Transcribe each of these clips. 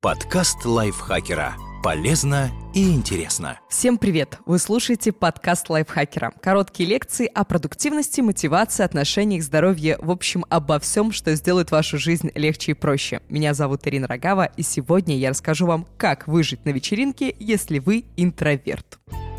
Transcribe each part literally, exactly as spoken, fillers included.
Подкаст лайфхакера. Полезно и интересно. Всем привет! Вы слушаете подкаст лайфхакера. Короткие лекции о продуктивности, мотивации, отношениях, здоровье, в общем, обо всем, что сделает вашу жизнь легче и проще. Меня зовут Ирина Рогава, и сегодня я расскажу вам, как выжить на вечеринке, если вы интроверт.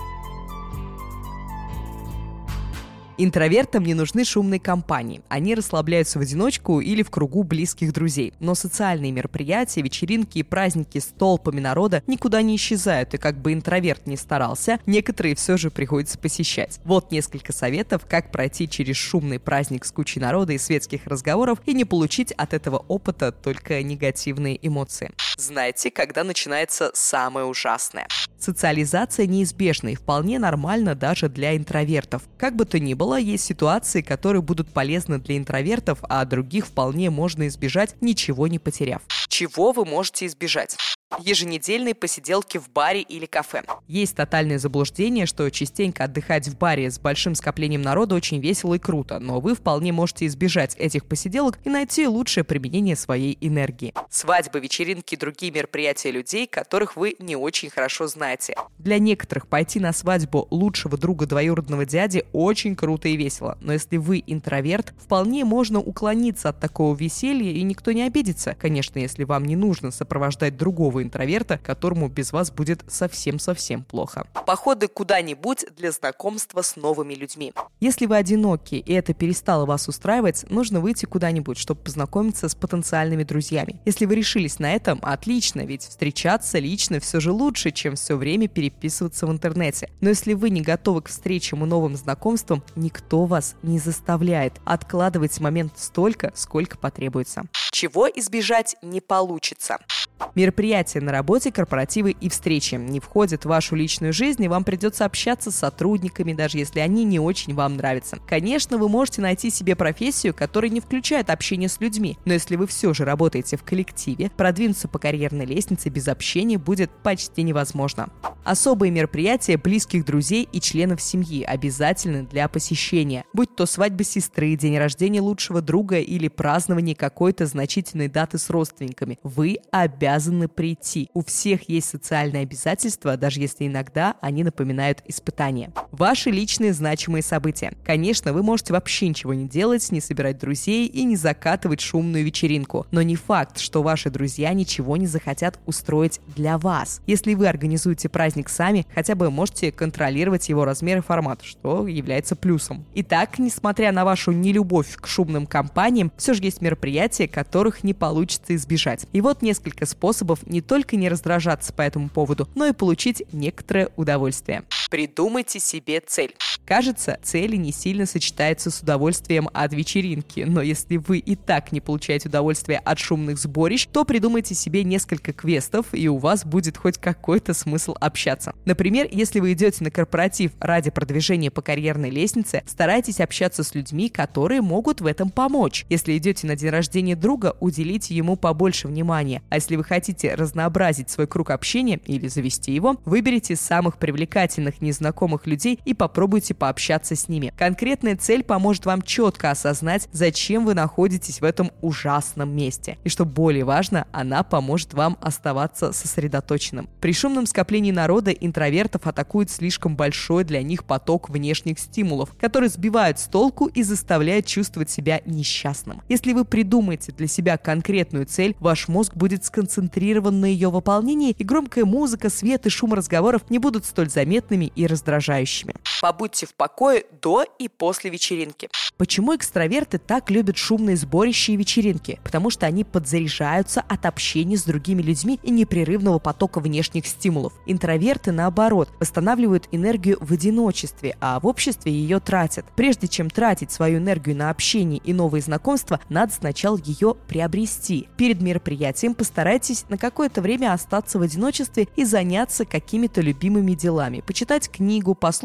Интровертам не нужны шумные компании. Они расслабляются в одиночку или в кругу близких друзей. Но социальные мероприятия, вечеринки и праздники с толпами народа никуда не исчезают, и как бы интроверт ни старался, некоторые все же приходится посещать. Вот несколько советов, как пройти через шумный праздник с кучей народа и светских разговоров и не получить от этого опыта только негативные эмоции. Знаете, когда начинается самое ужасное? Социализация неизбежна и вполне нормально даже для интровертов. Как бы то ни было, есть ситуации, которые будут полезны для интровертов, а других вполне можно избежать, ничего не потеряв. Чего вы можете избежать? Еженедельные посиделки в баре или кафе. Есть тотальное заблуждение, что частенько отдыхать в баре с большим скоплением народа очень весело и круто, но вы вполне можете избежать этих посиделок и найти лучшее применение своей энергии. Свадьбы, вечеринки и другие мероприятия людей, которых вы не очень хорошо знаете. Для некоторых пойти на свадьбу лучшего друга двоюродного дяди очень круто и весело, но если вы интроверт, вполне можно уклониться от такого веселья и никто не обидится. Конечно, если вам не нужно сопровождать другого интроверта, которому без вас будет совсем-совсем плохо. Походы куда-нибудь для знакомства с новыми людьми. Если вы одиноки и это перестало вас устраивать, нужно выйти куда-нибудь, чтобы познакомиться с потенциальными друзьями. Если вы решились на этом, отлично, ведь встречаться лично все же лучше, чем все время переписываться в интернете. Но если вы не готовы к встречам и новым знакомствам, никто вас не заставляет. Откладывайте момент столько, сколько потребуется. Чего избежать не получится? Мероприятия на работе, корпоративы и встречи не входят в вашу личную жизнь, и вам придется общаться с сотрудниками, даже если они не очень вам нравятся. Конечно, вы можете найти себе профессию, которая не включает общение с людьми, но если вы все же работаете в коллективе, продвинуться по карьерной лестнице без общения будет почти невозможно. Особые мероприятия близких друзей и членов семьи обязательны для посещения. Будь то свадьба сестры, день рождения лучшего друга или празднование какой-то значительной даты с родственниками, вы обязаны прийти. У всех есть социальные обязательства, даже если иногда они напоминают испытания. Ваши личные значимые события. Конечно, вы можете вообще ничего не делать, не собирать друзей и не закатывать шумную вечеринку. Но не факт, что ваши друзья ничего не захотят устроить для вас. Если вы организуете праздник сами, хотя бы можете контролировать его размер и формат, что является плюсом. Итак, несмотря на вашу нелюбовь к шумным компаниям, все же есть мероприятия, которых не получится избежать. И вот несколько способов не только не раздражаться по этому поводу, но и получить некоторое удовольствие. Придумайте себе цель. Кажется, цели не сильно сочетаются с удовольствием от вечеринки, но если вы и так не получаете удовольствие от шумных сборищ, то придумайте себе несколько квестов, и у вас будет хоть какой-то смысл общаться. Например, если вы идете на корпоратив ради продвижения по карьерной лестнице, старайтесь общаться с людьми, которые могут в этом помочь. Если идете на день рождения друга, уделите ему побольше внимания. А если вы хотите разнообразить свой круг общения или завести его, выберите самых привлекательных незнакомых людей и попробуйте пообщаться с ними. Конкретная цель поможет вам четко осознать, зачем вы находитесь в этом ужасном месте. И что более важно, она поможет вам оставаться сосредоточенным. При шумном скоплении народа интровертов атакует слишком большой для них поток внешних стимулов, которые сбивают с толку и заставляют чувствовать себя несчастным. Если вы придумаете для себя конкретную цель, ваш мозг будет сконцентрирован на ее выполнении, и громкая музыка, свет и шум разговоров не будут столь заметными и раздражающими. Побудьте в покое до и после вечеринки. Почему экстраверты так любят шумные сборища и вечеринки? Потому что они подзаряжаются от общения с другими людьми и непрерывного потока внешних стимулов. Интроверты, наоборот, восстанавливают энергию в одиночестве, а в обществе ее тратят. Прежде чем тратить свою энергию на общение и новые знакомства, надо сначала ее приобрести. Перед мероприятием постарайтесь на какое-то время остаться в одиночестве и заняться какими-то любимыми делами. Почитать книгу, послушать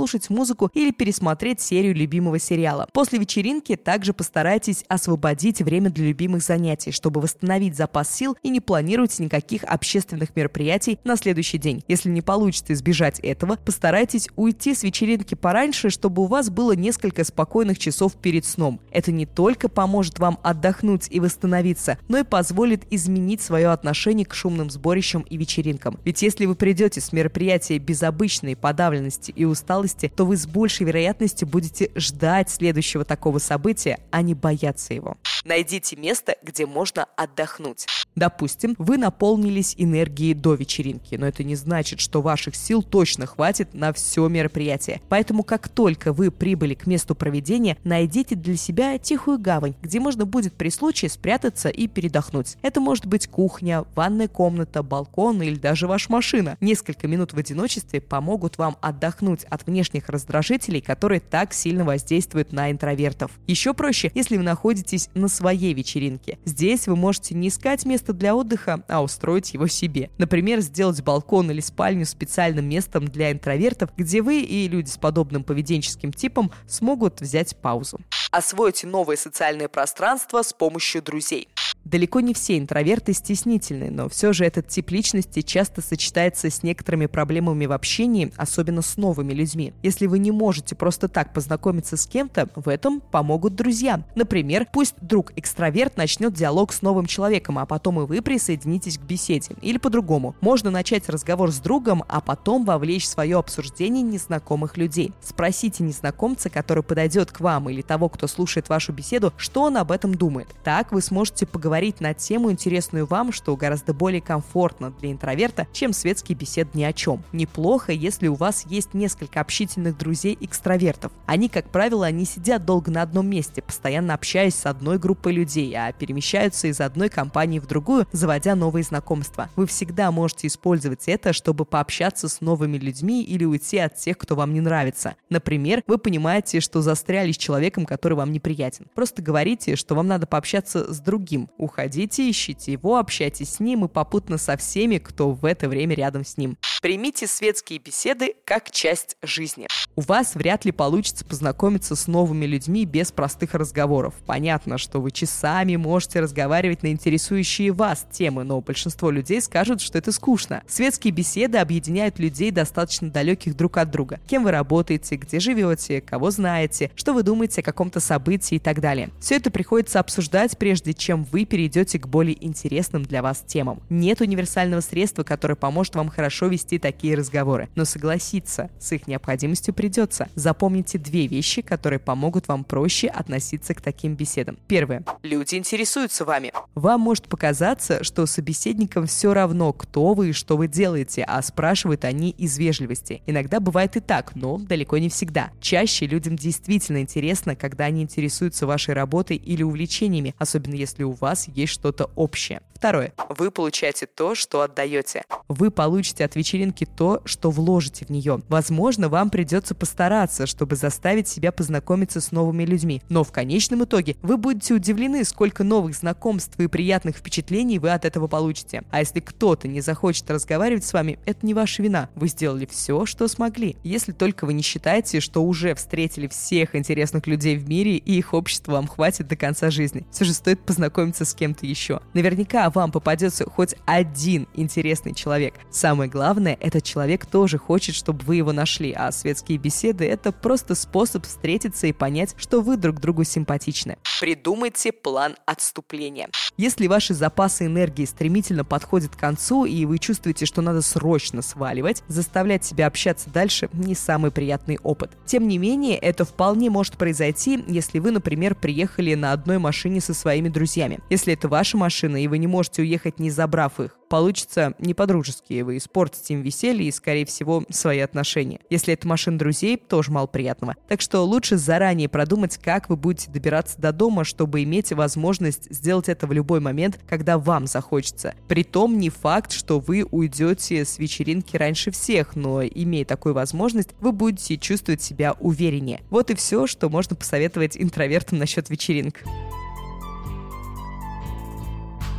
послушать музыку или пересмотреть серию любимого сериала. После вечеринки также постарайтесь освободить время для любимых занятий, чтобы восстановить запас сил, и не планируйте никаких общественных мероприятий на следующий день. Если не получится избежать этого, постарайтесь уйти с вечеринки пораньше, чтобы у вас было несколько спокойных часов перед сном. Это не только поможет вам отдохнуть и восстановиться, но и позволит изменить свое отношение к шумным сборищам и вечеринкам. Ведь если вы придете с мероприятия без обычной подавленности и усталости, то вы с большей вероятностью будете ждать следующего такого события, а не бояться его. Найдите место, где можно отдохнуть. Допустим, вы наполнились энергией до вечеринки, но это не значит, что ваших сил точно хватит на все мероприятие. Поэтому, как только вы прибыли к месту проведения, найдите для себя тихую гавань, где можно будет при случае спрятаться и передохнуть. Это может быть кухня, ванная комната, балкон или даже ваша машина. Несколько минут в одиночестве помогут вам отдохнуть от внешних раздражителей, которые так сильно воздействуют на интровертов. Еще проще, если вы находитесь на своей вечеринке. Здесь вы можете не искать место для отдыха, а устроить его себе. Например, сделать балкон или спальню специальным местом для интровертов, где вы и люди с подобным поведенческим типом смогут взять паузу. Освойте новое социальное пространство с помощью друзей. Далеко не все интроверты стеснительны, но все же этот тип личности часто сочетается с некоторыми проблемами в общении, особенно с новыми людьми. Если вы не можете просто так познакомиться с кем-то, в этом помогут друзья. Например, пусть друг-экстраверт начнет диалог с новым человеком, а потом и вы присоединитесь к беседе. Или по-другому. Можно начать разговор с другом, а потом вовлечь в свое обсуждение незнакомых людей. Спросите незнакомца, который подойдет к вам, или того, кто слушает вашу беседу, что он об этом думает. Так вы сможете поговорить на тему, интересную вам, что гораздо более комфортно для интроверта, чем светские беседы ни о чем. Неплохо, если у вас есть несколько общительных друзей-экстравертов. Они, как правило, не сидят долго на одном месте, постоянно общаясь с одной группой людей, а перемещаются из одной компании в другую, заводя новые знакомства. Вы всегда можете использовать это, чтобы пообщаться с новыми людьми или уйти от тех, кто вам не нравится. Например, вы понимаете, что застряли с человеком, который вам неприятен. Просто говорите, что вам надо пообщаться с другим. Уходите, ищите его, общайтесь с ним и попутно со всеми, кто в это время рядом с ним. Примите светские беседы как часть жизни. У вас вряд ли получится познакомиться с новыми людьми без простых разговоров. Понятно, что вы часами можете разговаривать на интересующие вас темы, но большинство людей скажут, что это скучно. Светские беседы объединяют людей, достаточно далеких друг от друга. Кем вы работаете, где живете, кого знаете, что вы думаете о каком-то событии и так далее. Все это приходится обсуждать, прежде чем вы перейдете к более интересным для вас темам. Нет универсального средства, которое поможет вам хорошо вести такие разговоры, но согласиться с их необходимостью придется. Запомните две вещи, которые помогут вам проще относиться к таким беседам. Первое. Люди интересуются вами. Вам может показаться, что собеседникам все равно, кто вы и что вы делаете, а спрашивают они из вежливости. Иногда бывает и так, но далеко не всегда. Чаще людям действительно интересно, когда они интересуются вашей работой или увлечениями, особенно если у вас есть что-то общее. Второе. Вы получаете то, что отдаете. Вы получите от вечеринки то, что вложите в нее. Возможно, вам придется постараться, чтобы заставить себя познакомиться с новыми людьми. Но в конечном итоге вы будете удивлены, сколько новых знакомств и приятных впечатлений вы от этого получите. А если кто-то не захочет разговаривать с вами, это не ваша вина. Вы сделали все, что смогли. Если только вы не считаете, что уже встретили всех интересных людей в мире и их общества вам хватит до конца жизни. Все же стоит познакомиться с кем-то еще. Наверняка вам попадется хоть один интересный человек. Самое главное, этот человек тоже хочет, чтобы вы его нашли, а светские беседы — это просто способ встретиться и понять, что вы друг другу симпатичны. Придумайте план отступления. Если ваши запасы энергии стремительно подходят к концу, и вы чувствуете, что надо срочно сваливать, заставлять себя общаться дальше — не самый приятный опыт. Тем не менее, это вполне может произойти, если вы, например, приехали на одной машине со своими друзьями. Если это ваша машина, и вы не можете уехать, не забрав их, получится не по-дружески, вы испортите им веселье и, скорее всего, свои отношения. Если это машина друзей, тоже мало приятного. Так что лучше заранее продумать, как вы будете добираться до дома, чтобы иметь возможность сделать это в любой момент, когда вам захочется. Притом не факт, что вы уйдете с вечеринки раньше всех, но, имея такую возможность, вы будете чувствовать себя увереннее. Вот и все, что можно посоветовать интровертам насчет вечеринок.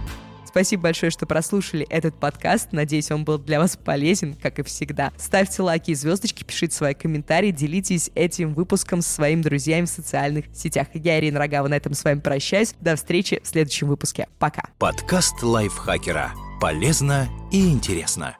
Спасибо большое, что прослушали этот подкаст. Надеюсь, он был для вас полезен, как и всегда. Ставьте лайки и звездочки, пишите свои комментарии, делитесь этим выпуском со своими друзьями в социальных сетях. Я, Ирина Рогава, на этом с вами прощаюсь. До встречи в следующем выпуске. Пока. Подкаст лайфхакера. Полезно и интересно.